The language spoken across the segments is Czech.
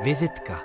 Vizitka.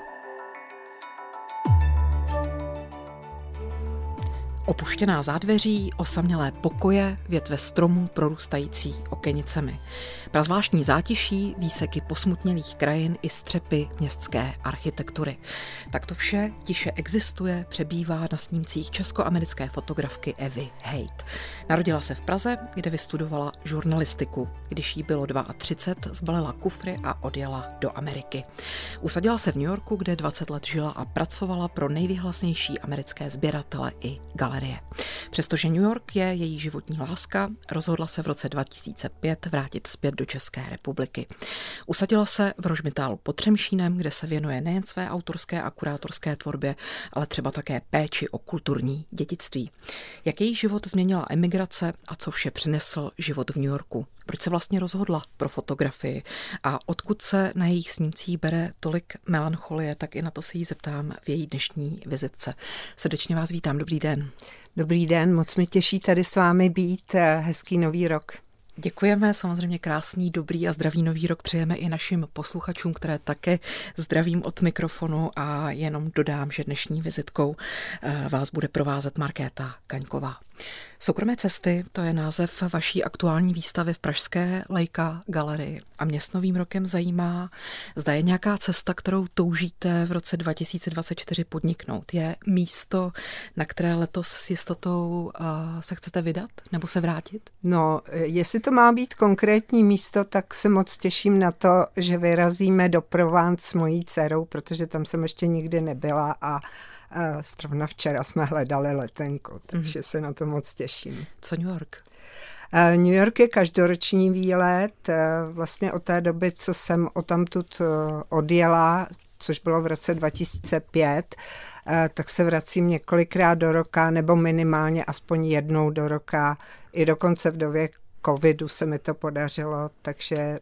Opuštěná zádveří, osamělé pokoje, větve stromů prorůstající okenicemi. Prazvláštní zátiší, výseky posmutnělých krajin i střepy městské architektury. Tak to vše tiše existuje, přebývá na snímcích česko-americké fotografky Evy Haight. Narodila se v Praze, kde vystudovala žurnalistiku. Když jí bylo 32, zbalila kufry a odjela do Ameriky. Usadila se v New Yorku, kde 20 let žila a pracovala pro nejvýhlasnější americké sběratele i galerie. Přestože New York je její životní láska, rozhodla se v roce 2005 vrátit zpět do České republiky. Usadila se v Rožmitálu pod Třemšínem, kde se věnuje nejen své autorské a kurátorské tvorbě, ale třeba také péči o kulturní dědictví. Jak její život změnila emigrace a co vše přinesl život v New Yorku? Proč se vlastně rozhodla pro fotografii a odkud se na jejich snímcích bere tolik melancholie, tak i na to se jí zeptám v její dnešní vizitce. Srdečně vás vítám, dobrý den. Dobrý den, moc mě těší tady s vámi být, hezký nový rok. Děkujeme, samozřejmě krásný, dobrý a zdravý nový rok přejeme i našim posluchačům, které také zdravím od mikrofonu a jenom dodám, že dnešní vizitkou vás bude provázet Markéta Kaňková. Soukromé cesty, to je název vaší aktuální výstavy v pražské Leica galerii. A mě s novým rokem zajímá, zda je nějaká cesta, kterou toužíte v roce 2024 podniknout. Je místo, na které letos s jistotou se chcete vydat nebo se vrátit? No, jestli to má být konkrétní místo, tak se moc těším na to, že vyrazíme do Provence s mojí dcerou, protože tam jsem ještě nikdy nebyla a zrovna včera jsme hledali letenku, takže se na to moc těším. Co New York? New York je každoroční výlet. Vlastně od té doby, co jsem odtamtud odjela, což bylo v roce 2005, tak se vracím několikrát do roka, nebo minimálně aspoň jednou do roka. I dokonce v době covidu se mi to podařilo, takže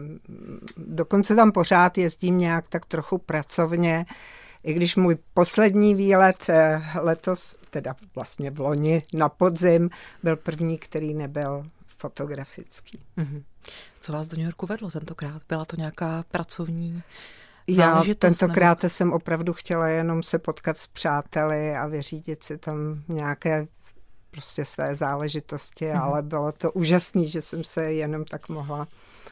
dokonce tam pořád jezdím nějak tak trochu pracovně, i když můj poslední výlet letos, teda vlastně v loni na podzim, byl první, který nebyl fotografický. Mm-hmm. Co vás do New Yorku vedlo tentokrát? Byla to nějaká pracovní záležitost? Já tentokrát jsem opravdu chtěla jenom se potkat s přáteli a vyřídit si tam nějaké prostě své záležitosti, ale bylo to úžasný, že jsem se jenom tak mohla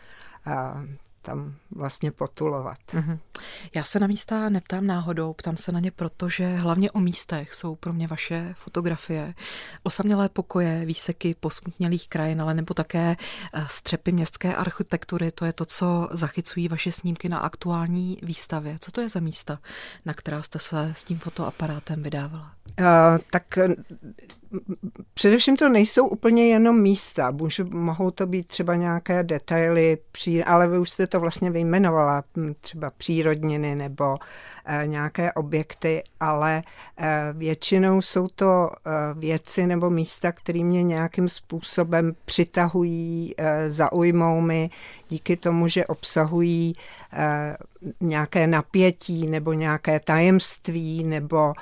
tam vlastně potulovat. Já se na místa neptám náhodou, ptám se na ně, protože hlavně o místech jsou pro mě vaše fotografie. Osamělé pokoje, výseky posmutnělých krajin, ale nebo také střepy městské architektury. To je to, co zachycují vaše snímky na aktuální výstavě. Co to je za místa, na která jste se s tím fotoaparátem vydávala? Tak především to nejsou úplně jenom místa, mohou to být třeba nějaké detaily, ale vy už jste to vlastně vyjmenovala, třeba přírodniny nebo nějaké objekty, ale většinou jsou to věci nebo místa, které mě nějakým způsobem přitahují, zaujmou mi díky tomu, že obsahují nějaké napětí nebo nějaké tajemství nebo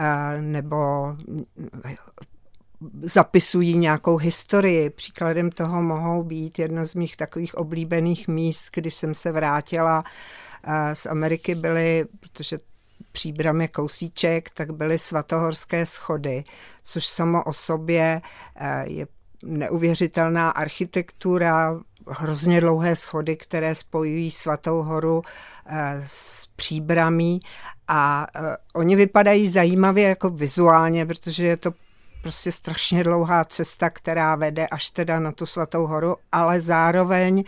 zapisují nějakou historii. Příkladem toho mohou být jedno z mých takových oblíbených míst, když jsem se vrátila z Ameriky, protože Příbram je kousíček, tak byly Svatohorské schody, což samo o sobě je neuvěřitelná architektura, hrozně dlouhé schody, které spojují Svatou horu s Příbramí a oni vypadají zajímavě jako vizuálně, protože je to prostě strašně dlouhá cesta, která vede až teda na tu Svatou horu, ale zároveň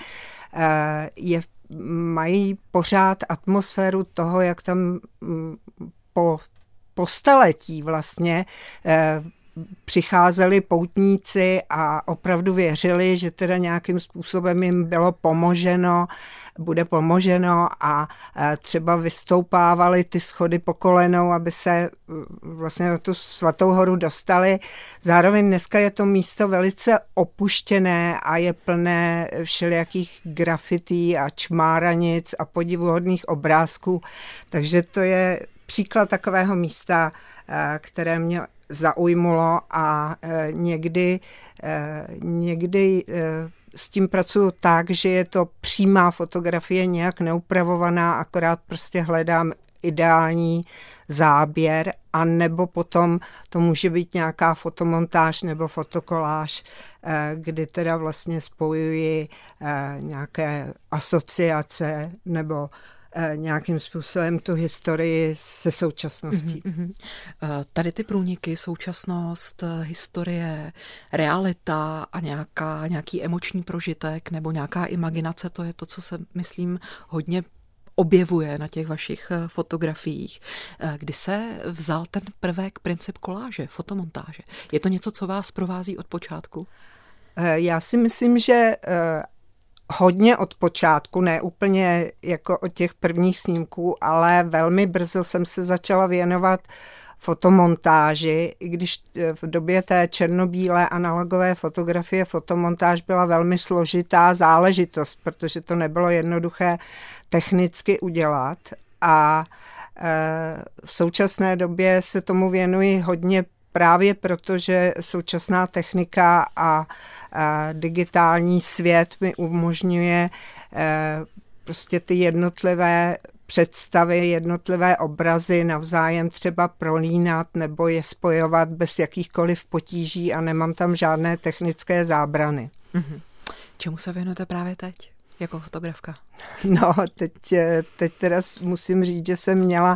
mají pořád atmosféru toho, jak tam po staletí vlastně přicházeli poutníci a opravdu věřili, že teda nějakým způsobem jim bylo bude pomoženo a třeba vystoupávali ty schody po kolenou, aby se vlastně na tu Svatou horu dostali. Zároveň dneska je to místo velice opuštěné a je plné všelijakých grafití a čmáranic a podivuhodných obrázků, takže to je příklad takového místa, které mě zaujmulo a někdy s tím pracuju tak, že je to přímá fotografie, nějak neupravovaná, akorát prostě hledám ideální záběr, a nebo potom to může být nějaká fotomontáž nebo fotokoláž, kdy teda vlastně spojuji nějaké asociace nebo nějakým způsobem tu historii se současností. Tady ty průniky, současnost, historie, realita a nějaký emoční prožitek nebo nějaká imaginace, to je to, co se, myslím, hodně objevuje na těch vašich fotografiích. Kdy se vzal ten prvek, princip koláže, fotomontáže? Je to něco, co vás provází od počátku? Já si myslím, že hodně od počátku, ne úplně jako od těch prvních snímků, ale velmi brzo jsem se začala věnovat fotomontáži, i když v době té černobílé analogové fotografie fotomontáž byla velmi složitá záležitost, protože to nebylo jednoduché technicky udělat, a v současné době se tomu věnuji hodně právě proto, že současná technika a digitální svět mi umožňuje prostě ty jednotlivé představy, jednotlivé obrazy navzájem třeba prolínat nebo je spojovat bez jakýchkoliv potíží a nemám tam žádné technické zábrany. Čemu se věnujete právě teď jako fotografka? No, teď teda musím říct, že jsem měla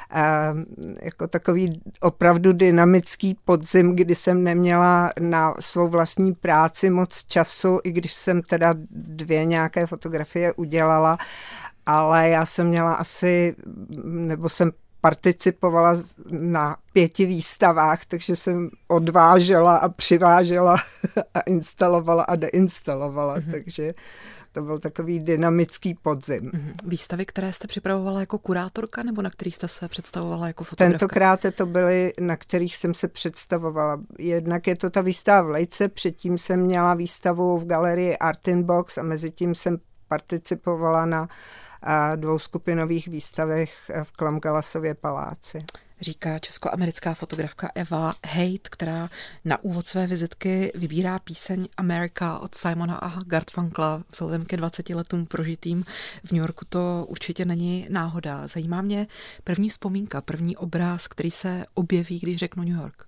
jako takový opravdu dynamický podzim, kdy jsem neměla na svou vlastní práci moc času, i když jsem teda 2 nějaké fotografie udělala, ale já jsem měla nebo jsem participovala na 5 výstavách, takže jsem odvážela a přivážela a instalovala a deinstalovala, takže to byl takový dynamický podzim. Výstavy, které jste připravovala jako kurátorka, nebo na kterých jste se představovala jako fotografka? Tentokrát to byly, na kterých jsem se představovala. Jednak je to ta výstava v Lejce, předtím jsem měla výstavu v galerii Art in Box a mezi tím jsem participovala na 2 skupinových výstavech v Klamgalasově paláci. Říká českoamerická fotografka Eva Haidt, která na úvod své vizitky vybírá píseň America od Simona a Garfunkla. Vzhledem ke 20 letům prožitým v New Yorku to určitě není náhoda. Zajímá mě první vzpomínka, první obraz, který se objeví, když řeknu New York.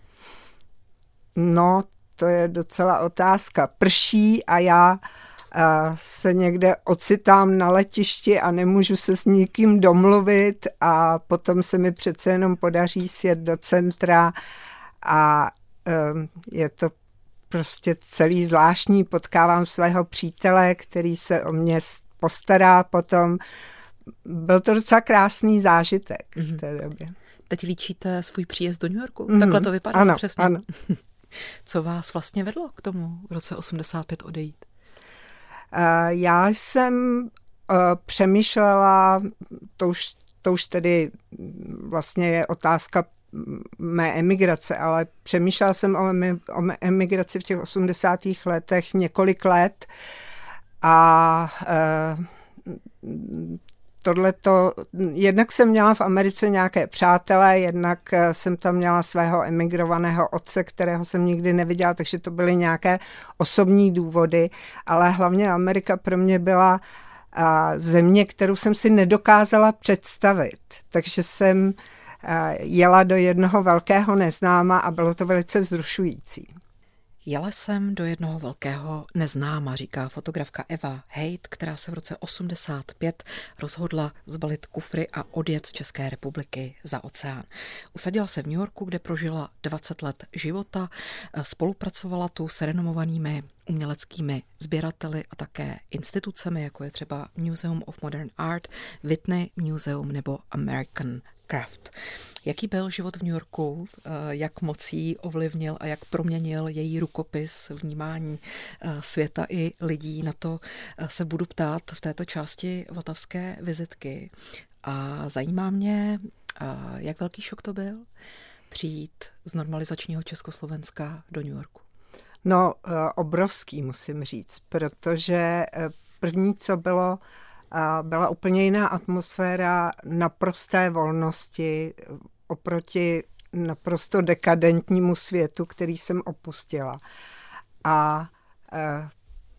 No, to je docela otázka. Prší a já se někde ocitám na letišti a nemůžu se s nikým domluvit a potom se mi přece jenom podaří sjet do centra a je to prostě celý zvláštní. Potkávám svého přítele, který se o mě postará potom. Byl to docela krásný zážitek v té době. Teď líčíte svůj příjezd do New Yorku? Takhle to vypadá ano, přesně. Ano. Co vás vlastně vedlo k tomu v roce 85 odejít? Já jsem přemýšlela, to už tedy vlastně je otázka mé emigrace, ale přemýšlela jsem o emigraci v těch 80. letech několik let a tohleto, jednak jsem měla v Americe nějaké přátelé, jednak jsem tam měla svého emigrovaného otce, kterého jsem nikdy neviděla, takže to byly nějaké osobní důvody, ale hlavně Amerika pro mě byla země, kterou jsem si nedokázala představit. Takže jsem jela do jednoho velkého neznáma a bylo to velice vzrušující. Jela jsem do jednoho velkého neznáma, říká fotografka Eva Haidt, která se v roce 85 rozhodla zbalit kufry a odjet z České republiky za oceán. Usadila se v New Yorku, kde prožila 20 let života, spolupracovala tu s renomovanými uměleckými sběrateli a také institucemi, jako je třeba Museum of Modern Art, Whitney Museum nebo American Craft. Jaký byl život v New Yorku, jak moc jí ovlivnil a jak proměnil její rukopis, vnímání světa i lidí? Na to se budu ptát v této části vltavské vizitky. A zajímá mě, jak velký šok to byl přijít z normalizačního Československa do New Yorku. No, obrovský, musím říct, protože první, co bylo, byla úplně jiná atmosféra naprosté volnosti oproti naprosto dekadentnímu světu, který jsem opustila. A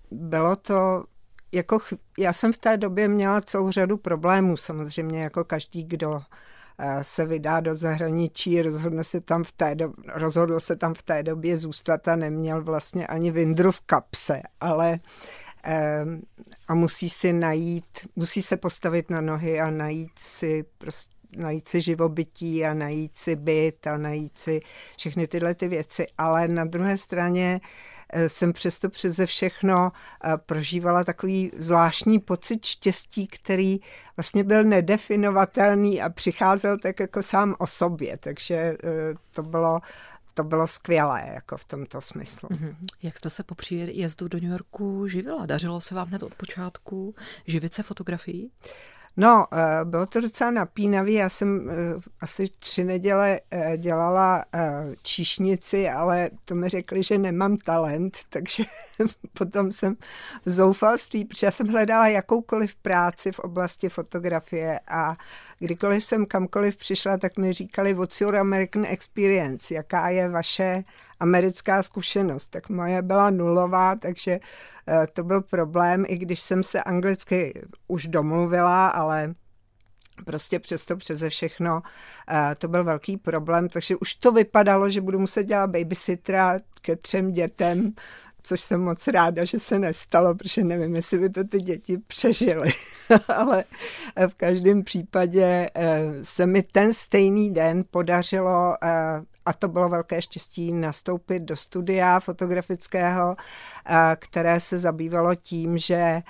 bylo to, jako já jsem v té době měla celou řadu problémů, samozřejmě jako každý, kdo se vydá do zahraničí, rozhodl se tam v té době zůstat a neměl vlastně ani vindru v kapse, ale a musí se postavit na nohy a najít si živobytí a najít si byt a najít si všechny tyhle ty věci, ale na druhé straně jsem přesto přeze všechno prožívala takový zvláštní pocit štěstí, který vlastně byl nedefinovatelný a přicházel tak jako sám o sobě, takže to bylo skvělé jako v tomto smyslu. Jak jste se po příjezdu do New Yorku živila? Dařilo se vám hned od počátku živit se fotografií? No, bylo to docela napínavý. Já jsem asi 3 neděle dělala číšnici, ale to mi řekli, že nemám talent, takže potom jsem v zoufalství, protože já jsem hledala jakoukoliv práci v oblasti fotografie a kdykoliv jsem kamkoliv přišla, tak mi říkali, what's your American experience, jaká je vaše americká zkušenost. Tak moje byla nulová, takže to byl problém, i když jsem se anglicky už domluvila, ale prostě přesto přeze všechno to byl velký problém, takže už to vypadalo, že budu muset dělat babysittera ke 3 dětem, což jsem moc ráda, že se nestalo, protože nevím, jestli by to ty děti přežily. Ale v každém případě se mi ten stejný den podařilo, a to bylo velké štěstí, nastoupit do studia fotografického, které se zabývalo tím, že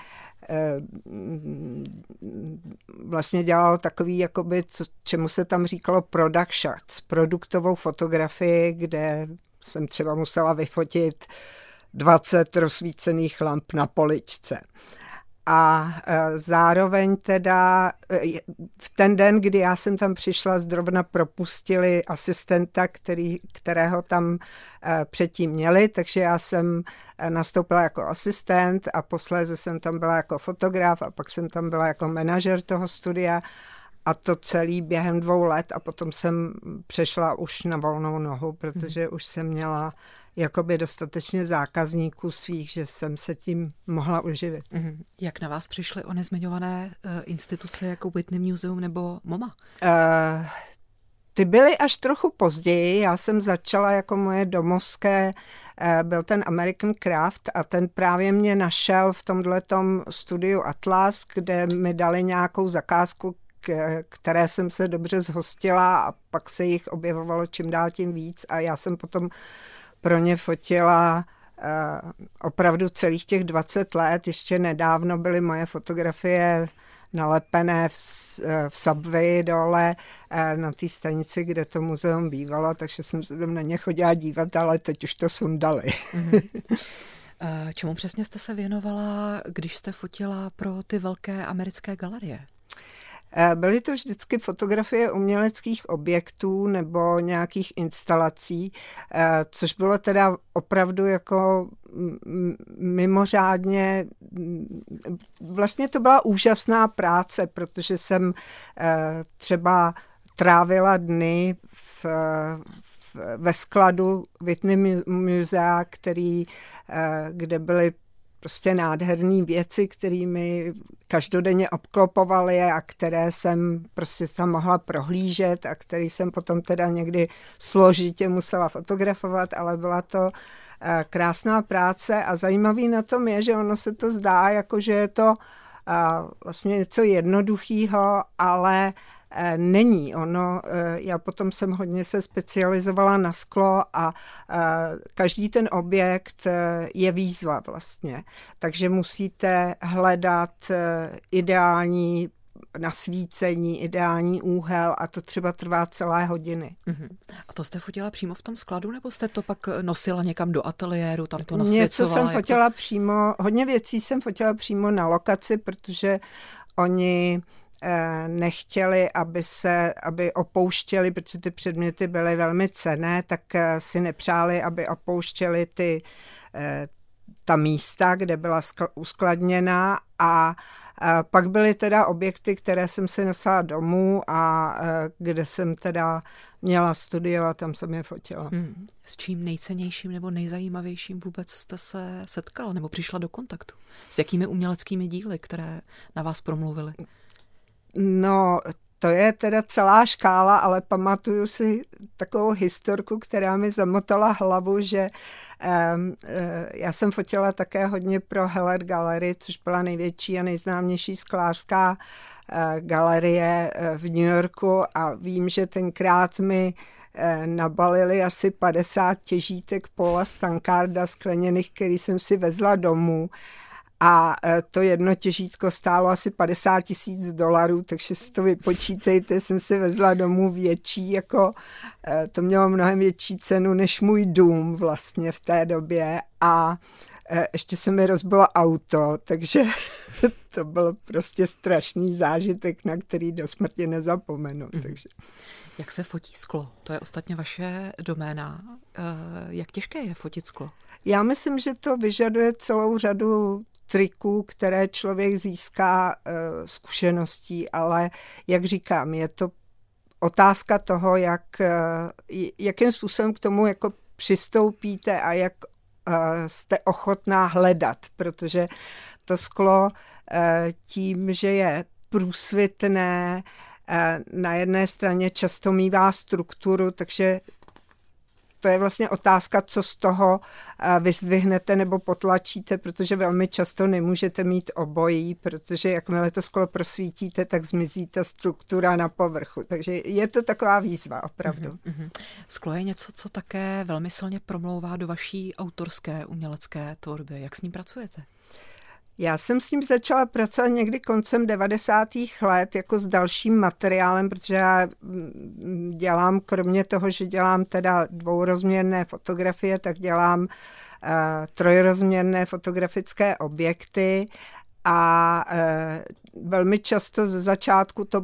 vlastně dělalo takový, jakoby, čemu se tam říkalo product shots, produktovou fotografii, kde jsem třeba musela vyfotit 20 rozsvícených lamp na poličce. A zároveň teda v ten den, kdy já jsem tam přišla, zrovna propustili asistenta, kterého tam předtím měli, takže já jsem nastoupila jako asistent a posléze jsem tam byla jako fotograf a pak jsem tam byla jako manažer toho studia a to celý během 2 let a potom jsem přešla už na volnou nohu, protože už jsem měla jakoby dostatečně zákazníků svých, že jsem se tím mohla uživit. Jak na vás přišly ony zmiňované instituce jako Whitney Museum nebo MoMA? Ty byly až trochu později. Já jsem začala jako moje domovské, byl ten American Craft a ten právě mě našel v tomhletom studiu Atlas, kde mi dali nějakou zakázku, které jsem se dobře zhostila a pak se jich objevovalo čím dál tím víc a já jsem potom pro ně fotila opravdu celých těch 20 let. Ještě nedávno byly moje fotografie nalepené v Subway dole na té stanici, kde to muzeum bývalo, takže jsem se tam na ně chodila dívat, ale teď už to sundali. Čemu přesně jste se věnovala, když jste fotila pro ty velké americké galerie? Byly to vždycky fotografie uměleckých objektů nebo nějakých instalací, což bylo teda opravdu jako mimořádně, vlastně to byla úžasná práce, protože jsem třeba trávila dny ve skladu Whitney Musea, kde byly prostě nádherné věci, kterými každodenně obklopovaly a které jsem prostě tam mohla prohlížet a které jsem potom teda někdy složitě musela fotografovat, ale byla to krásná práce a zajímavý na tom je, že ono se to zdá, jako že je to vlastně něco jednoduchého, ale není. Já potom jsem hodně se specializovala na sklo a každý ten objekt je výzva vlastně. Takže musíte hledat ideální nasvícení, ideální úhel a to třeba trvá celé hodiny. A to jste fotila přímo v tom skladu, nebo jste to pak nosila někam do ateliéru, tam to nasvěcovala? Něco jsem fotila přímo, hodně věcí jsem fotila přímo na lokaci, protože oni nechtěli, aby opouštěli, protože ty předměty byly velmi cenné, tak si nepřáli, aby opouštěli ta místa, kde byla uskladněna a Pak byly teda objekty, které jsem si nosila domů a kde jsem teda měla studio a tam jsem je fotila. S čím nejcennějším nebo nejzajímavějším vůbec jste se setkala nebo přišla do kontaktu? S jakými uměleckými díly, které na vás promluvily? No, to je teda celá škála, ale pamatuju si takovou historku, která mi zamotala hlavu, že já jsem fotila také hodně pro Heller Gallery, což byla největší a nejznámější sklářská galerie v New Yorku a vím, že tenkrát mi nabalili asi 50 těžítek Paula Stankarda skleněných, který jsem si vezla domů. A to jedno těžítko stálo asi $50,000, takže si to vypočítejte, jsem si vezla domů větší, jako to mělo mnohem větší cenu než můj dům vlastně v té době a ještě se mi rozbilo auto, takže to byl prostě strašný zážitek, na který do smrti nezapomenu. Takže. Jak se fotí sklo? To je ostatně vaše doména. Jak těžké je fotit sklo? Já myslím, že to vyžaduje celou řadu triků, které člověk získá zkušeností, ale jak říkám, je to otázka toho, jakým způsobem k tomu jako přistoupíte a jak jste ochotná hledat, protože to sklo tím, že je průsvitné, na jedné straně často mívá strukturu, takže to je vlastně otázka, co z toho vyzdvihnete nebo potlačíte, protože velmi často nemůžete mít obojí, protože jakmile to sklo prosvítíte, tak zmizí ta struktura na povrchu. Takže je to taková výzva, opravdu. Sklo je něco, co také velmi silně promlouvá do vaší autorské umělecké tvorby. Jak s ním pracujete? Já jsem s ním začala pracovat někdy koncem 90. let jako s dalším materiálem, protože já dělám, kromě toho, že dělám teda dvourozměrné fotografie, tak dělám trojrozměrné fotografické objekty a velmi často ze začátku to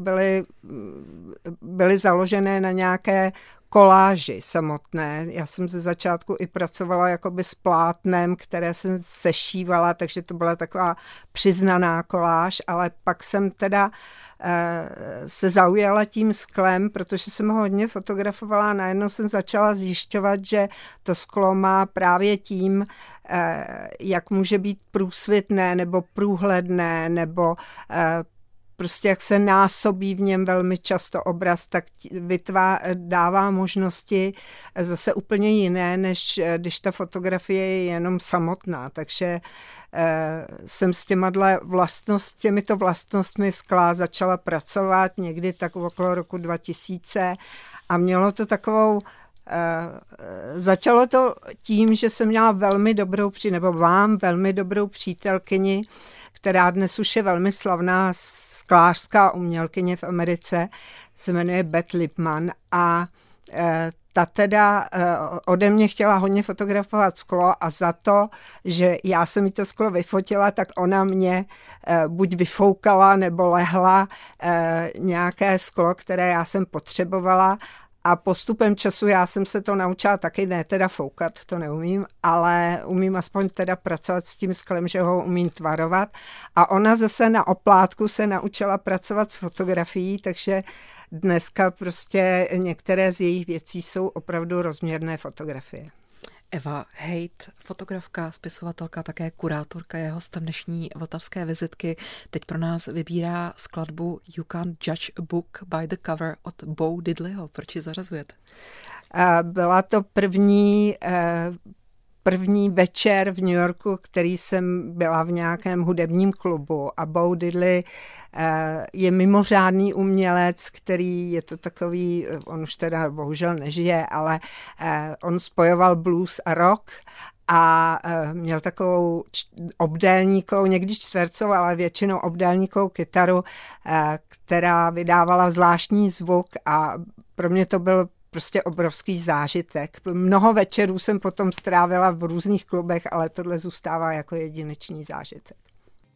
byly založené na nějaké koláži samotné. Já jsem ze začátku i pracovala jakoby s plátnem, které jsem sešívala, takže to byla taková přiznaná koláž, ale pak jsem teda se zaujala tím sklem, protože jsem ho hodně fotografovala a najednou jsem začala zjišťovat, že to sklo má právě tím, jak může být průsvitné nebo průhledné, nebo prostě jak se násobí v něm velmi často obraz, tak dává možnosti zase úplně jiné, než když ta fotografie je jenom samotná. Takže jsem s těmito vlastnostmi skla začala pracovat někdy tak okolo roku 2000 a mělo to takovou začalo to tím, že jsem měla velmi dobrou přítelkyni, která dnes už je velmi slavná sklářská umělkyně v Americe, se jmenuje Beth Lipman a ta teda ode mě chtěla hodně fotografovat sklo a za to, že já jsem jí to sklo vyfotila, tak ona mě buď vyfoukala nebo lehla nějaké sklo, které já jsem potřebovala. A postupem času já jsem se to naučila taky, ne teda foukat, to neumím, ale umím aspoň teda pracovat s tím sklem, že ho umím tvarovat. A ona zase na oplátku se naučila pracovat s fotografií, takže dneska prostě některé z jejich věcí jsou opravdu rozměrné fotografie. Eva Hejt, fotografka, spisovatelka, také kurátorka, je hostem dnešní vltavské vizitky. Teď pro nás vybírá skladbu You Can't Judge a Book by the Cover od Bo Diddleyho. Proč ji zařazujete? Byla to první večer v New Yorku, který jsem byla v nějakém hudebním klubu a Bo Diddley je mimořádný umělec, který je to takový, on už teda bohužel nežije, ale on spojoval blues a rock a měl takovou obdélníkovou, někdy čtvercovou, ale většinou obdélníkovou kytaru, která vydávala zvláštní zvuk a pro mě to byl prostě obrovský zážitek. Mnoho večerů jsem potom strávila v různých klubech, ale tohle zůstává jako jedinečný zážitek.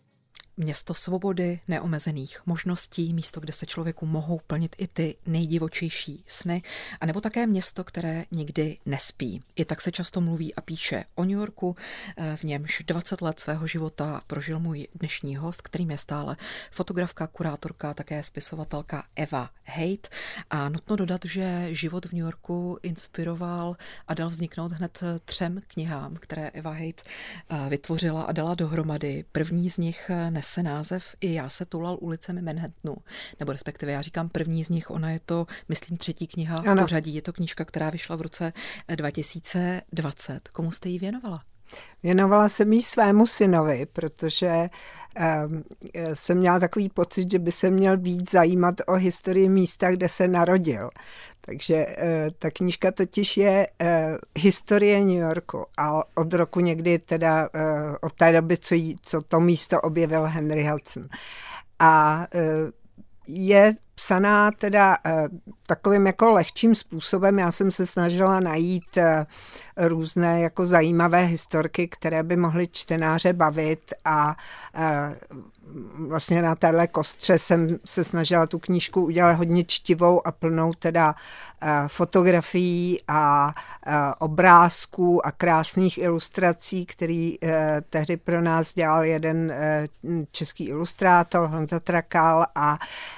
Město svobody, neomezených možností, místo, kde se člověku mohou plnit i ty nejdivočejší sny, anebo také město, které nikdy nespí. I tak se často mluví a píše o New Yorku, v němž 20 let svého života prožil můj dnešní host, kterým je stále fotografka, kurátorka, také spisovatelka Eva Haight. A nutno dodat, že život v New Yorku inspiroval a dal vzniknout hned 3 knihám, které Eva Haight vytvořila a dala dohromady. První z nich nese název I já se toulal ulicemi Manhattanu, nebo respektive já říkám první z nich, ona je to, myslím, 3. kniha v pořadí. Je to knížka, která vyšla v roce 2020. Komu jste ji věnovala? Věnovala jsem jí svému synovi, protože jsem měla takový pocit, že by se měl víc zajímat o historii místa, kde se narodil. Takže ta knížka totiž je historie New Yorku a od roku někdy teda od té doby, co to místo objevil Henry Hudson. A je psaná teda takovým jako lehčím způsobem. Já jsem se snažila najít různé jako zajímavé historky, které by mohly čtenáře bavit a vlastně na téhle kostře jsem se snažila tu knížku udělat hodně čtivou a plnou teda fotografií a obrázků a krásných ilustrací, který tehdy pro nás dělal jeden český ilustrátor Honza Trakal a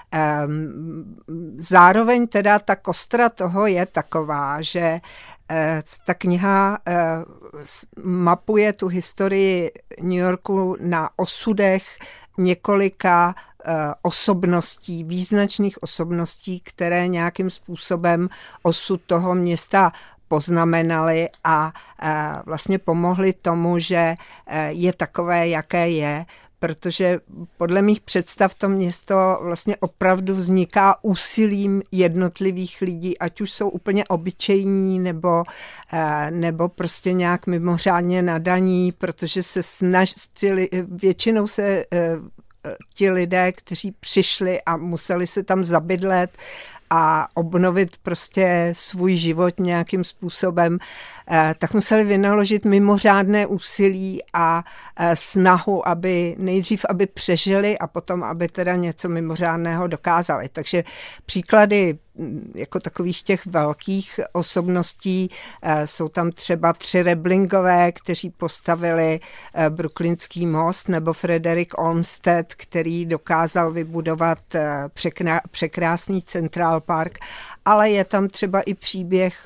zároveň teda ta kostra toho je taková, že ta kniha mapuje tu historii New Yorku na osudech několika osobností, význačných osobností, které nějakým způsobem osud toho města poznamenali a vlastně pomohli tomu, že je takové, jaké je, protože podle mých představ to město vlastně opravdu vzniká úsilím jednotlivých lidí, ať už jsou úplně obyčejní nebo prostě nějak mimořádně nadaní, protože se většinou se ti lidé, kteří přišli a museli se tam zabydlet a obnovit prostě svůj život nějakým způsobem, tak museli vynaložit mimořádné úsilí a snahu, aby nejdřív, aby přežili a potom, aby teda něco mimořádného dokázali. Takže příklady jako takových těch velkých osobností jsou tam třeba 3 Reblingové, kteří postavili Brooklynský most, nebo Frederick Olmsted, který dokázal vybudovat překrásný Central Park, ale je tam třeba i příběh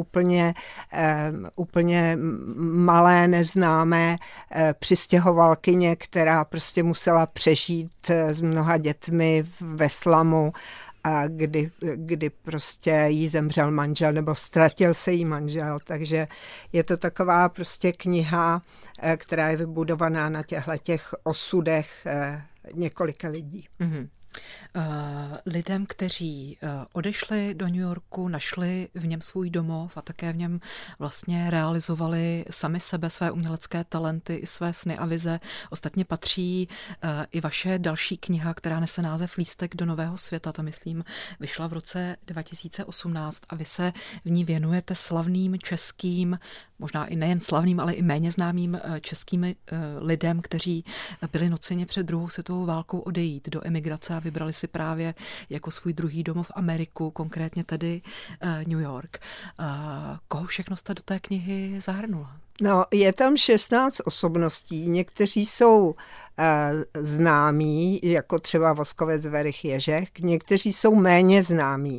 úplně malé, neznámé přistěhovalkyně, která prostě musela přežít s mnoha dětmi ve slamu, a kdy prostě jí zemřel manžel nebo ztratil se jí manžel. Takže je to taková prostě kniha, která je vybudovaná na těch osudech několika lidí. Mm-hmm. Lidem, kteří odešli do New Yorku, našli v něm svůj domov a také v něm vlastně realizovali sami sebe, své umělecké talenty i své sny a vize. Ostatně patří i vaše další kniha, která nese název Lístek do nového světa. Ta, myslím, vyšla v roce 2018 a vy se v ní věnujete slavným českým, možná i nejen slavným, ale i méně známým českým lidem, kteří byli nuceni před druhou světovou válkou odejít do emigrace a vybrali si právě jako svůj druhý domov Ameriku, konkrétně tedy New York. Koho všechno jste do té knihy zahrnula? No, je tam 16 osobností, někteří jsou známí, jako třeba Voskovec, Werich, Ježek, někteří jsou méně známí.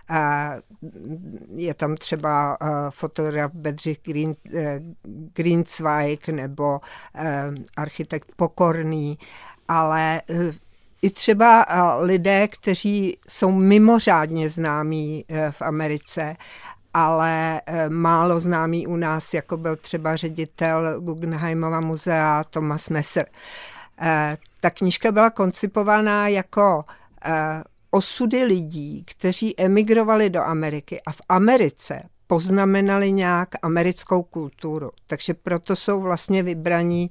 Je tam třeba fotograf Bedřich Grünzweig nebo architekt Pokorný, ale i třeba lidé, kteří jsou mimořádně známí v Americe, ale málo známý u nás, jako byl třeba ředitel Guggenheimova muzea Thomas Messer. Ta knížka byla koncipovaná jako osudy lidí, kteří emigrovali do Ameriky a v Americe poznamenali nějak americkou kulturu. Takže proto jsou vlastně vybraní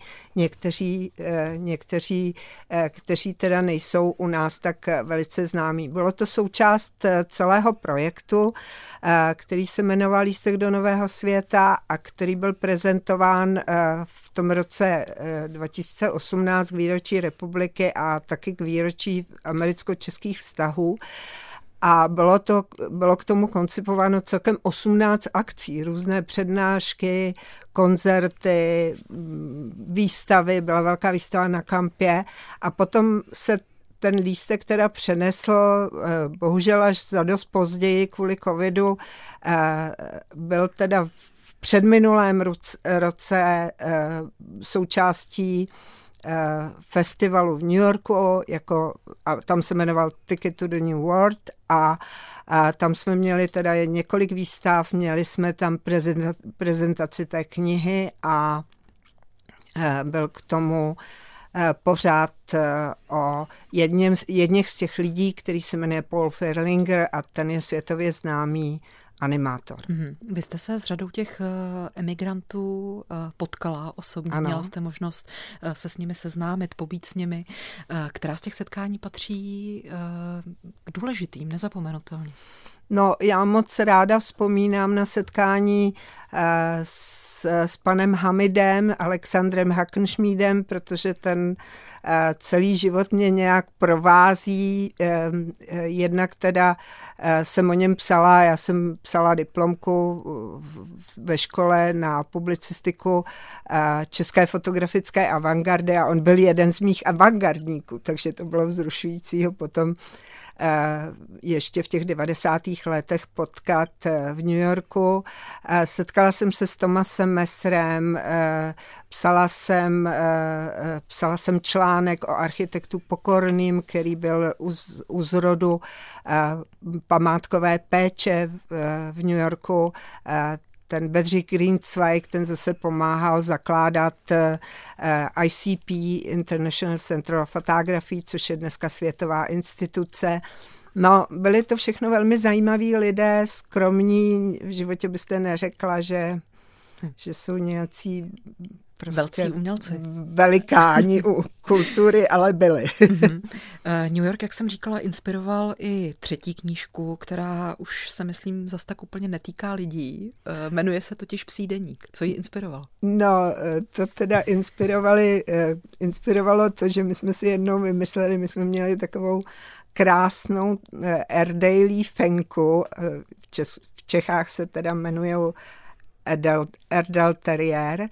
někteří, kteří teda nejsou u nás tak velice známí. Bylo to součást celého projektu, který se jmenoval Lístek do nového světa a který byl prezentován v tom roce 2018 k výročí republiky a taky k výročí americko-českých vztahů. A bylo k tomu koncipováno celkem 18 akcí, různé přednášky, koncerty, výstavy, byla velká výstava na kampě a potom se ten lístek teda přenesl, bohužel až za dost později kvůli covidu, byl teda v předminulém roce součástí festivalu v New Yorku, a tam se jmenoval Ticket to the New World a tam jsme měli teda několik výstav, měli jsme tam prezentaci té knihy a byl k tomu pořád o jedněch z těch lidí, který se jmenuje Paul Ferlinger a ten je světově známý animátor. Vy jste se s řadou těch emigrantů potkala osobně, ano. Měla jste možnost se s nimi seznámit, pobít s nimi. Která z těch setkání patří k důležitým, nezapomenutelným? No, já moc ráda vzpomínám na setkání s panem Hamidem, Alexandrem Hackenschmiedem, protože ten celý život mě nějak provází. Jednak teda jsem o něm psala, já jsem psala diplomku ve škole na publicistiku české fotografické avantgardy a on byl jeden z mých avantgardníků, takže to bylo vzrušující ho potom ještě v těch 90. letech potkat v New Yorku. Setkala jsem se s Tomasem Messerem, psala jsem článek o architektu Pokorným, který byl u zrodu památkové péče v New Yorku. Ten Bedřich Grünzweig, ten zase pomáhal zakládat ICP, International Center of Photography, což je dneska světová instituce. No, byli to všechno velmi zajímaví lidé, skromní, v životě byste neřekla, že jsou nějací prostě velcí umělci. Velikáni u kultury, ale byli. New York, jak jsem říkala, inspiroval i třetí knížku, která už se, myslím, zas tak úplně netýká lidí. Jmenuje se totiž Psí deník. Co ji inspirovalo? No, to teda inspirovalo to, že my jsme si jednou vymysleli, my jsme měli takovou krásnou Airedale fenku. V Čechách se teda jmenuje Airedale Terrier.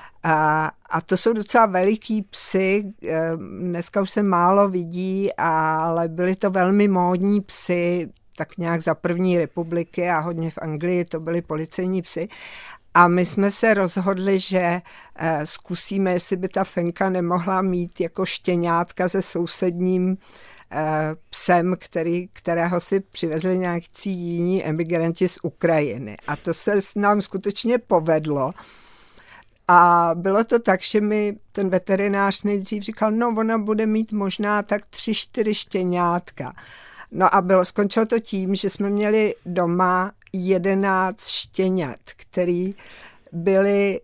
A to jsou docela veliký psy, dneska už se málo vidí, ale byly to velmi módní psy, tak nějak za první republiky a hodně v Anglii to byly policejní psy. A my jsme se rozhodli, že zkusíme, jestli by ta fenka nemohla mít jako štěňátka se sousedním psem, kterého si přivezli nějakí jiní emigranti z Ukrajiny. A to se nám skutečně povedlo. A bylo to tak, že mi ten veterinář nejdřív říkal, no ona bude mít možná tak 3-4 štěňátka. No a skončilo to tím, že jsme měli doma 11 štěňat, který byly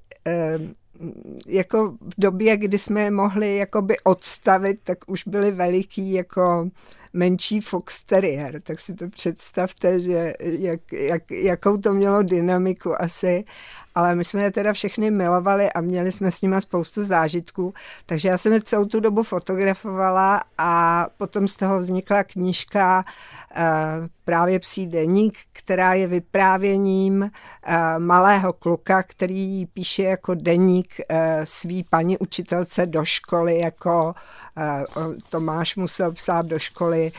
jako v době, kdy jsme je mohli jakoby odstavit, tak už byly veliký jako menší fox terrier. Tak si to představte, že jakou to mělo dynamiku asi. Ale my jsme je teda všechny milovali a měli jsme s nima spoustu zážitků. Takže já jsem je celou tu dobu fotografovala a potom z toho vznikla knížka právě Psí deník, která je vyprávěním malého kluka, který píše jako deník svý paní učitelce do školy, jako Tomáš musel psát do školy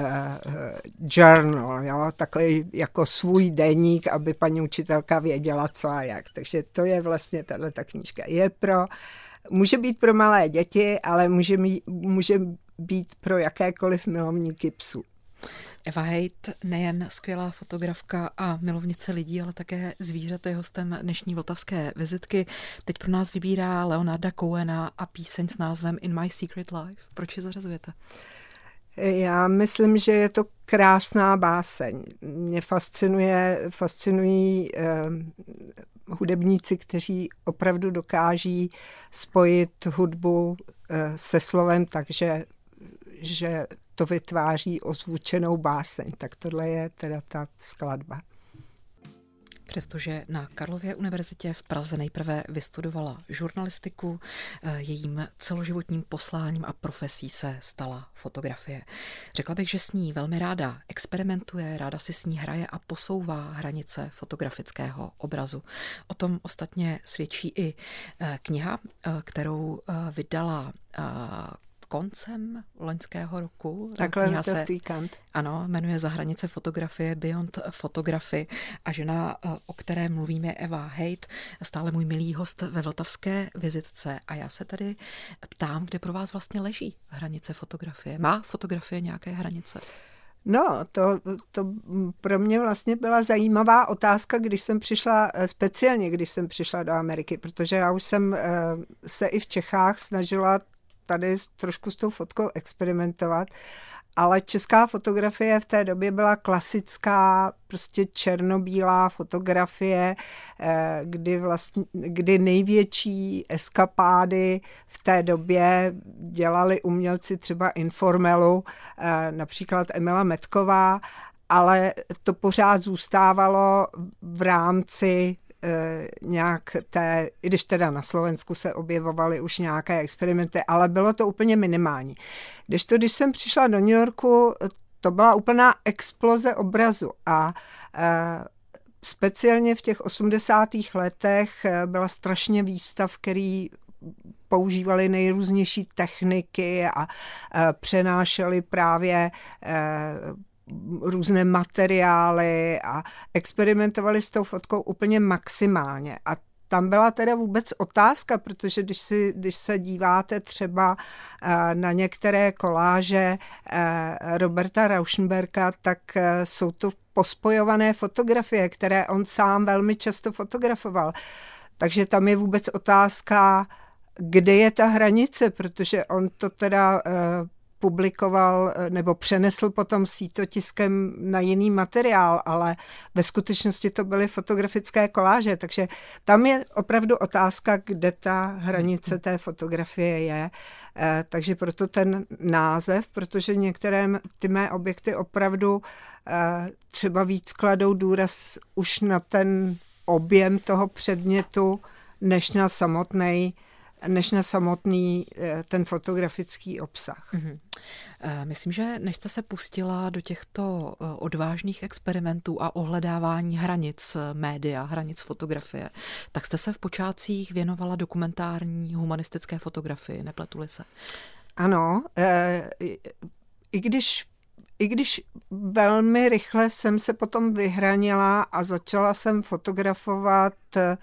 journal, jo, takový jako svůj deník, aby paní učitelka věděla, co a jak. Takže to je vlastně tato knížka. Může být pro malé děti, ale může být pro jakékoliv milovníky psů. Eva Hejt, nejen skvělá fotografka a milovnice lidí, ale také zvířat, je hostem dnešní vltavské vizitky. Teď pro nás vybírá Leonarda Cohena a píseň s názvem In My Secret Life. Proč ji zařazujete? Já myslím, že je to krásná báseň. Mě fascinují hudebníci, kteří opravdu dokáží spojit hudbu se slovem, takže že to vytváří ozvučenou báseň. Tak tohle je teda ta skladba. Přestože na Karlově univerzitě v Praze nejprve vystudovala žurnalistiku, jejím celoživotním posláním a profesí se stala fotografie. Řekla bych, že s ní velmi ráda experimentuje, ráda si s ní hraje a posouvá hranice fotografického obrazu. O tom ostatně svědčí i kniha, kterou vydala koncem loňského roku. Takhle to víkend. Ano, jmenuje Za hranice fotografie, Beyond Photography a žena, o které mluvíme, je Eva Hejt, stále můj milý host ve vltavské vizitce. A já se tady ptám, kde pro vás vlastně leží hranice fotografie. Má fotografie nějaké hranice? No, to pro mě vlastně byla zajímavá otázka, speciálně když jsem přišla do Ameriky, protože já už jsem se i v Čechách snažila tady trošku s tou fotkou experimentovat, ale česká fotografie v té době byla klasická, prostě černobílá fotografie, kdy největší eskapády v té době dělali umělci třeba Informelu, například Emila Metková, ale to pořád zůstávalo v rámci nějak i když teda na Slovensku se objevovaly už nějaké experimenty, ale bylo to úplně minimální. Když jsem přišla do New Yorku, to byla úplná exploze obrazu a speciálně v těch 80. letech byla strašně výstav, který používali nejrůznější techniky a přenášeli právě různé materiály a experimentovali s tou fotkou úplně maximálně. A tam byla teda vůbec otázka, protože když se díváte třeba na některé koláže Roberta Rauschenberga, tak jsou to pospojované fotografie, které on sám velmi často fotografoval. Takže tam je vůbec otázka, kde je ta hranice, protože on to teda publikoval nebo přenesl potom sítotiskem na jiný materiál, ale ve skutečnosti to byly fotografické koláže, takže tam je opravdu otázka, kde ta hranice té fotografie je. Takže proto ten název, protože některé ty mé objekty opravdu třeba víc kladou důraz už na ten objem toho předmětu, než na samotný ten fotografický obsah. Myslím, že než jste se pustila do těchto odvážných experimentů a ohledávání hranic média, hranic fotografie, tak jste se v počátcích věnovala dokumentární humanistické fotografii, nepletu-li se? Ano, i když velmi rychle jsem se potom vyhranila a začala jsem fotografovat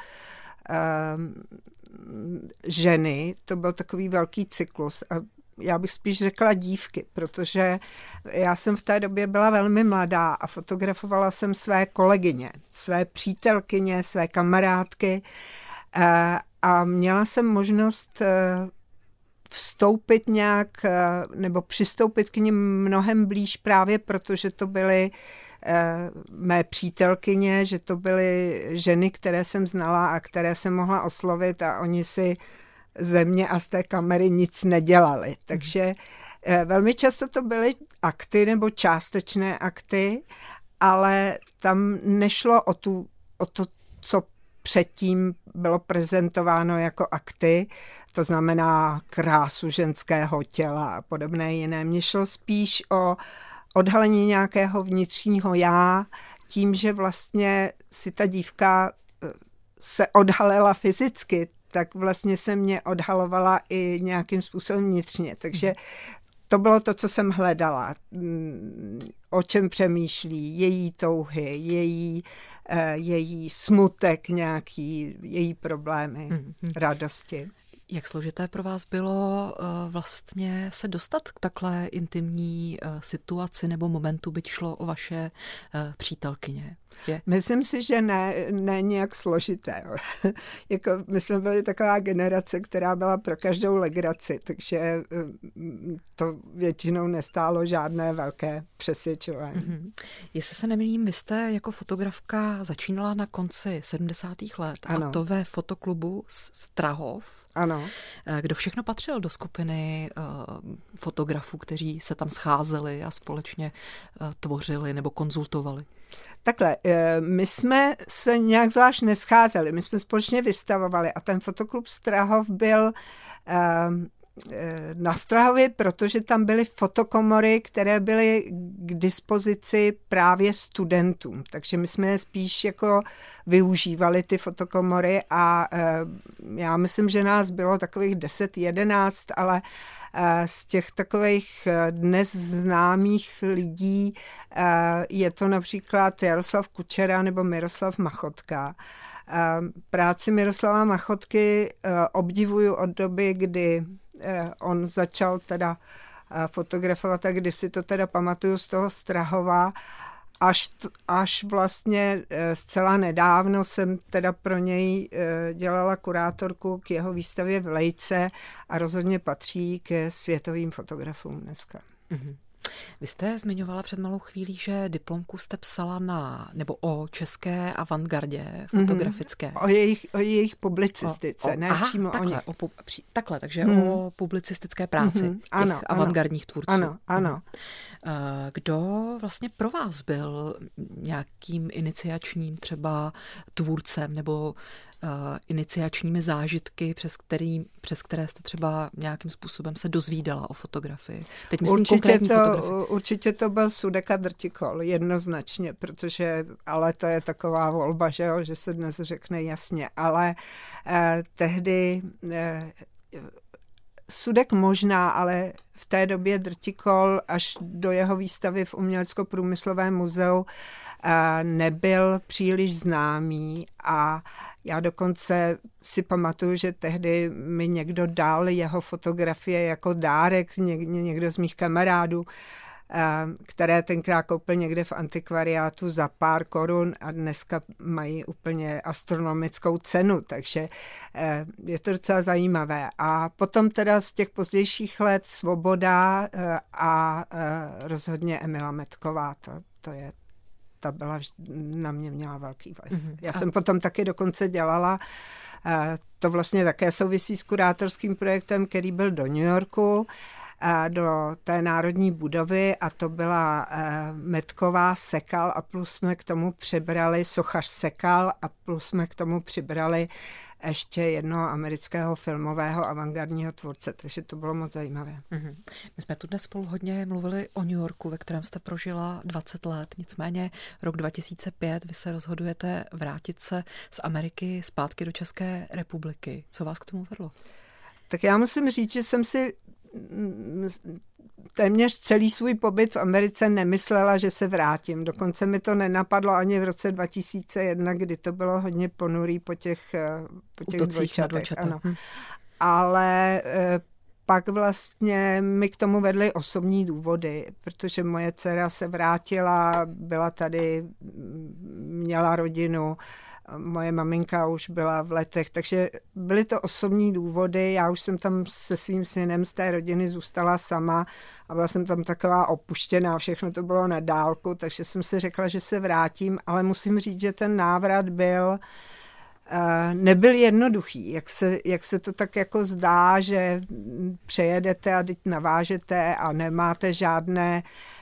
ženy, to byl takový velký cyklus. A já bych spíš řekla dívky, protože já jsem v té době byla velmi mladá a fotografovala jsem své kolegyně, své přítelkyně, své kamarádky a měla jsem možnost vstoupit nějak nebo přistoupit k nim mnohem blíž právě protože to byly mé přítelkyně, že to byly ženy, které jsem znala a které jsem mohla oslovit a oni si ze mě a z té kamery nic nedělali. Takže velmi často to byly akty nebo částečné akty, ale tam nešlo o to, co předtím bylo prezentováno jako akty, to znamená krásu ženského těla a podobné jiné. Mně šlo spíš o odhalení nějakého vnitřního já, tím, že vlastně si ta dívka se odhalila fyzicky, tak vlastně se mě odhalovala i nějakým způsobem vnitřně. Takže to bylo to, co jsem hledala. O čem přemýšlí, její touhy, její smutek nějaký, její problémy, radosti. Jak složité pro vás bylo vlastně se dostat k takhle intimní situaci nebo momentu, byť šlo o vaše přítelkyně? Je? Myslím si, že ne nějak složité. Jako my jsme byli taková generace, která byla pro každou legraci, takže to většinou nestálo žádné velké přesvědčování. Mm-hmm. Jestli se nemýlím, vy jste jako fotografka začínala na konci 70. let, ano. A to ve fotoklubu Strahov. Ano. Kdo všechno patřil do skupiny fotografů, kteří se tam scházeli a společně tvořili nebo konzultovali? Takhle, my jsme se nějak zvlášť nescházeli, my jsme společně vystavovali a ten fotoklub Strahov byl na Strahově, protože tam byly fotokomory, které byly k dispozici právě studentům, takže my jsme je spíš jako využívali ty fotokomory a já myslím, že nás bylo takových 10-11, ale z těch takových dnes známých lidí je to například Jaroslav Kučera nebo Miroslav Machotka. Práci Miroslava Machotky obdivuju od doby, kdy on začal teda fotografovat a kdy si to teda pamatuju z toho Strahova, až vlastně zcela nedávno jsem teda pro něj dělala kurátorku k jeho výstavě v Lejce a rozhodně patří ke světovým fotografům dneska. Mm-hmm. Vy jste zmiňovala před malou chvílí, že diplomku jste psala o české avantgardě fotografické. O jejich publicistice, ne přímo takhle, o nich. Takhle, takže o publicistické práci těch avantgardních tvůrců. Ano. Kdo vlastně pro vás byl nějakým iniciačním třeba tvůrcem nebo iniciačními zážitky, přes které jste třeba nějakým způsobem se dozvídala o fotografii? Teď myslím konkrétní fotografii. Určitě to byl Sudek a Drtikol, jednoznačně, ale to je taková volba, že se dnes řekne jasně, ale tehdy Sudek možná, ale v té době Drtikol až do jeho výstavy v Umělecko-průmyslovém muzeu nebyl příliš známý a já dokonce si pamatuju, že tehdy mi někdo dal jeho fotografie jako dárek, někdo z mých kamarádů, které tenkrát koupil někde v antikvariátu za pár korun a dneska mají úplně astronomickou cenu, takže je to docela zajímavé. A potom teda z těch pozdějších let Svoboda a rozhodně Emila Metková, ta byla, na mě měla velký vliv. Já jsem potom taky dokonce dělala, to vlastně také souvisí s kurátorským projektem, který byl do New Yorku, do té národní budovy a to byla Metková, Sekal a plus jsme k tomu přibrali sochař Sekal a plus jsme k tomu přibrali ještě jednoho amerického filmového avantgardního tvůrce, takže to bylo moc zajímavé. Mm-hmm. My jsme tu dnes spolu hodně mluvili o New Yorku, ve kterém jste prožila 20 let, nicméně rok 2005 vy se rozhodujete vrátit se z Ameriky zpátky do České republiky. Co vás k tomu vedlo? Tak já musím říct, že jsem si téměř celý svůj pobyt v Americe nemyslela, že se vrátím. Dokonce mi to nenapadlo ani v roce 2001, kdy to bylo hodně ponurý po těch dvojčatech. Ano. Ale pak vlastně mi k tomu vedly osobní důvody, protože moje dcera se vrátila, byla tady, měla rodinu, moje maminka už byla v letech, takže byly to osobní důvody. Já už jsem tam se svým synem z té rodiny zůstala sama a byla jsem tam taková opuštěná, všechno to bylo na dálku, takže jsem si řekla, že se vrátím, ale musím říct, že ten návrat nebyl jednoduchý, jak se to tak jako zdá, že přejedete a teď navážete a nemáte žádné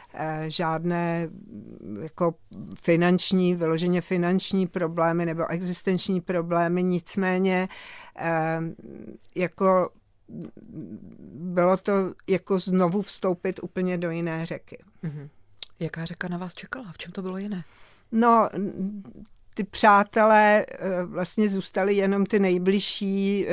jako vyloženě finanční problémy nebo existenční problémy, nicméně jako bylo to jako znovu vstoupit úplně do jiné řeky. Mm-hmm. Jaká řeka na vás čekala? V čem to bylo jiné? No, ty přátelé vlastně zůstali jenom ty nejbližší,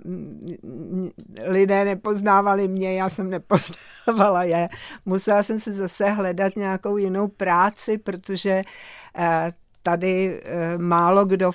lidé nepoznávali mě, já jsem nepoznávala je. Musela jsem si zase hledat nějakou jinou práci, protože tady málo kdo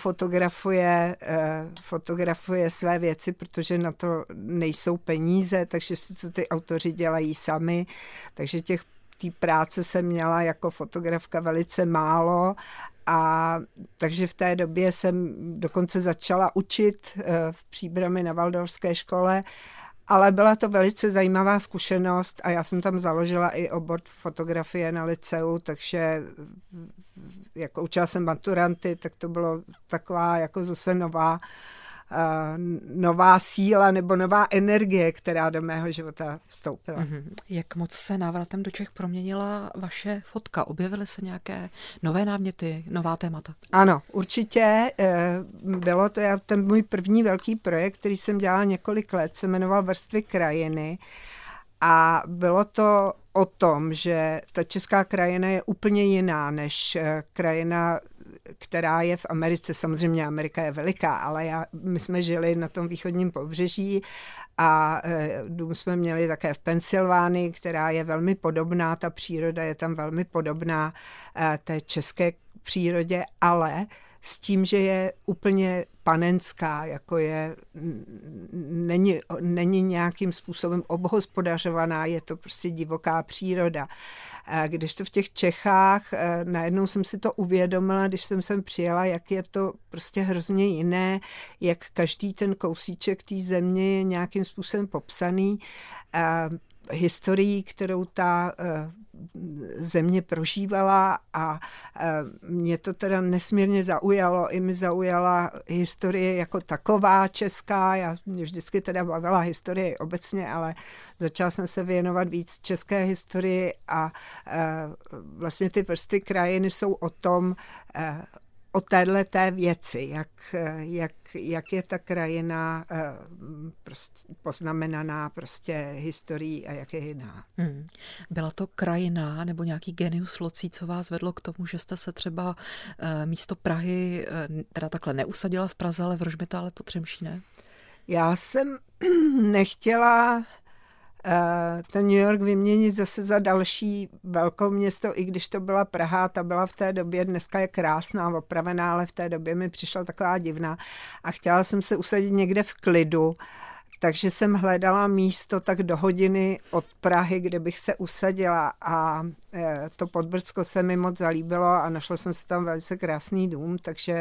fotografuje své věci, protože na to nejsou peníze, takže si to ty autoři dělají sami, takže té práce jsem měla jako fotografka velice málo A takže v té době jsem dokonce začala učit v Příbrami na Waldorfské škole, ale byla to velice zajímavá zkušenost a já jsem tam založila i obor fotografie na lyceu, takže jako učila jsem maturanty, tak to bylo taková jako zase nová síla nebo nová energie, která do mého života vstoupila. Jak moc se návratem do Čech proměnila vaše fotka? Objevily se nějaké nové náměty, nová témata? Ano, určitě. Bylo to ten můj první velký projekt, který jsem dělala několik let, se jmenoval Vrstvy krajiny. A bylo to o tom, že ta česká krajina je úplně jiná než krajina, která je v Americe. Samozřejmě Amerika je veliká, ale my jsme žili na tom východním pobřeží a dům jsme měli také v Pensylvánii, která je velmi podobná, ta příroda je tam velmi podobná té české přírodě, ale s tím, že je úplně panenská, jako není nějakým způsobem obhospodařovaná, je to prostě divoká příroda. Když to v těch Čechách, najednou jsem si to uvědomila, když jsem sem přijela, jak je to prostě hrozně jiné, jak každý ten kousíček té země je nějakým způsobem popsaný, historií, kterou ta země prožívala a mě to teda nesmírně zaujalo. I mi zaujala historie jako taková česká. Mě vždycky teda bavila historie obecně, ale začala jsem se věnovat víc české historii a vlastně ty Vrstvy krajiny jsou o tom, o téhleté věci, jak je ta krajina poznamenaná prostě historií a jak je jiná. Byla to krajina nebo nějaký genius loci, co vás vedlo k tomu, že jste se třeba místo Prahy teda takhle neusadila v Praze, ale v Rožmitále pod Třemšínem? Já jsem nechtěla ten New York vyměnit zase za další velkou město, i když to byla Praha, ta byla v té době, dneska je krásná, opravená, ale v té době mi přišla taková divná a chtěla jsem se usadit někde v klidu, takže jsem hledala místo tak do hodiny od Prahy, kde bych se usadila a to Podbrdsko se mi moc zalíbilo a našla jsem si tam velice krásný dům,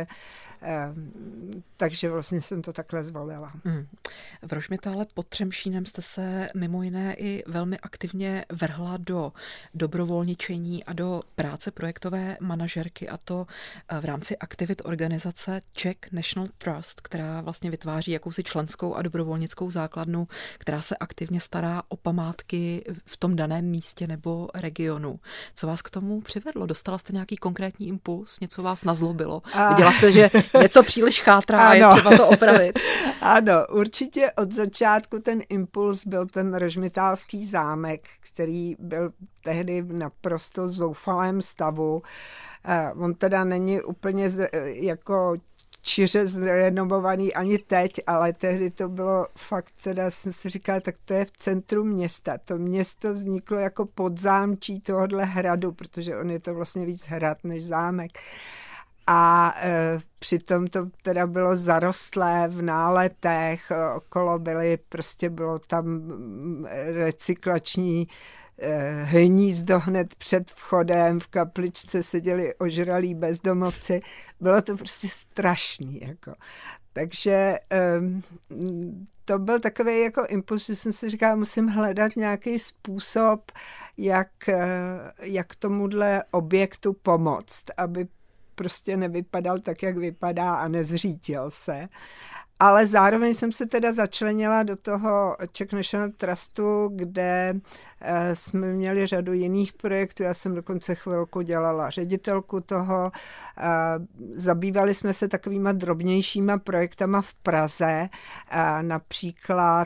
takže vlastně jsem to takhle zvolila. V Rožmitále pod Třemšínem jste se mimo jiné i velmi aktivně vrhla do dobrovolničení a do práce projektové manažerky, a to v rámci aktivit organizace Czech National Trust, která vlastně vytváří jakousi členskou a dobrovolnickou základnu, která se aktivně stará o památky v tom daném místě nebo regionu. Co vás k tomu přivedlo? Dostala jste nějaký konkrétní impuls? Něco vás nazlobilo? Viděla jste, že něco příliš chátrá a je třeba to opravit? Ano, určitě od začátku ten impuls byl ten Rožmitálský zámek, který byl tehdy v naprosto zoufalém stavu. On teda není úplně jako čiře zrenovovaný ani teď, ale tehdy to bylo fakt, teda jsem si říkala, tak to je v centru města. To město vzniklo jako podzámčí tohohle hradu, protože on je to vlastně víc hrad než zámek. A přitom to teda bylo zarostlé v náletech, okolo bylo tam recyklační hnízdo hned před vchodem, v kapličce seděli ožralí bezdomovci. Bylo to prostě strašný. Jako. Takže to byl takový jako impuls, že jsem si říkala, musím hledat nějaký způsob, jak tomuhle objektu pomoct, aby prostě nevypadal tak, jak vypadá a nezřítil se. Ale zároveň jsem se teda začlenila do toho Czech National Trustu, kde jsme měli řadu jiných projektů. Já jsem dokonce chvilku dělala ředitelku toho. Zabývali jsme se takovýma drobnějšíma projektama v Praze. Například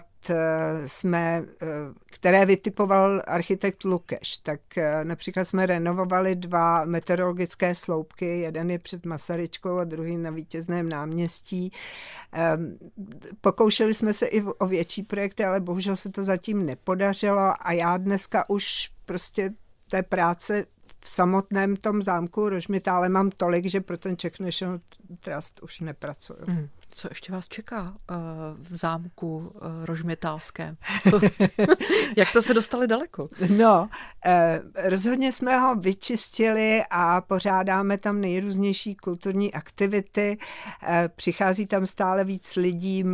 které vytipoval architekt Lukeš. Tak například jsme renovovali 2 meteorologické sloupky. Jeden je před Masaryčkou a druhý na Vítězném náměstí. Pokoušeli jsme se i o větší projekty, ale bohužel se to zatím nepodařilo a já dneska už prostě té práce v samotném tom zámku Rožmitále mám tolik, že pro ten Czech National Trust už nepracuju. Co ještě vás čeká v zámku Rožmitálském? Jak jste se dostali daleko? No, rozhodně jsme ho vyčistili a pořádáme tam nejrůznější kulturní aktivity. Přichází tam stále víc lidí,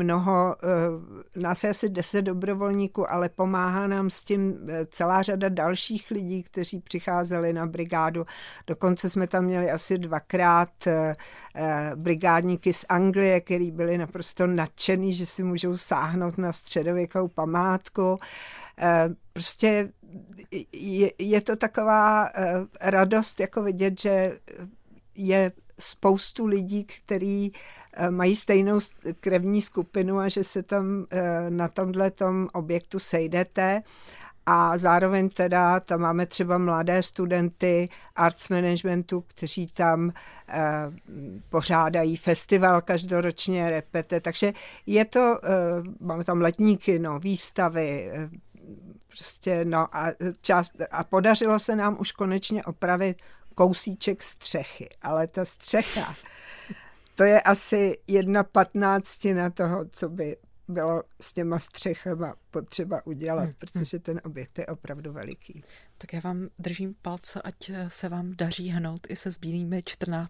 nás je asi 10 dobrovolníků, ale pomáhá nám s tím celá řada dalších lidí, kteří přicházeli na brigádu. Dokonce jsme tam měli asi 2krát brigádníky z Anglie, který byli naprosto nadšený, že si můžou sáhnout na středověkou památku. Prostě je to taková radost, jako vidět, že je spoustu lidí, kteří mají stejnou krevní skupinu a že se tam na tomhletom objektu sejdete. A zároveň teda tam máme třeba mladé studenty arts managementu, kteří tam pořádají festival každoročně, repete. Takže je to, máme tam letní kino, výstavy, prostě no a podařilo se nám už konečně opravit kousíček střechy. Ale ta střecha, to je asi 1/15 toho, co by bylo s těma střechama potřeba udělat, protože ten objekt je opravdu veliký. Tak já vám držím palce, ať se vám daří hnout i se zbílými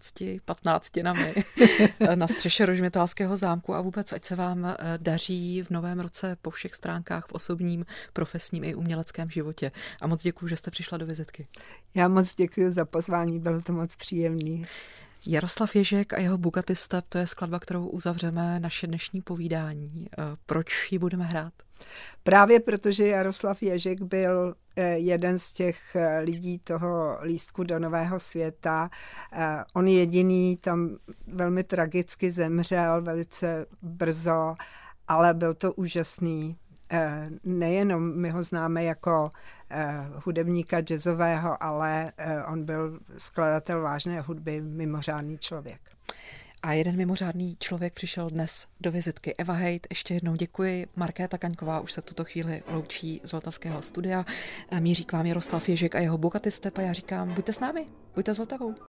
14-15 na střeše Rožmitálského zámku a vůbec, ať se vám daří v novém roce po všech stránkách v osobním, profesním i uměleckém životě. A moc děkuju, že jste přišla do vizitky. Já moc děkuji za pozvání, bylo to moc příjemný. Jaroslav Ježek a jeho Bugatti Step, to je skladba, kterou uzavřeme naše dnešní povídání. Proč ji budeme hrát? Právě protože Jaroslav Ježek byl jeden z těch lidí toho lístku do nového světa. On jediný tam velmi tragicky zemřel, velice brzo, ale byl to úžasný. Nejenom my ho známe jako hudebníka jazzového, ale on byl skladatel vážné hudby, mimořádný člověk. A jeden mimořádný člověk přišel dnes do vizitky. Eva Hejt, ještě jednou děkuji. Markéta Kaňková už se v tuto chvíli loučí z Vltavského studia. Míří k vám Jaroslav Ježek a jeho Bugatti Step a já říkám, buďte s námi, buďte s Vltavou.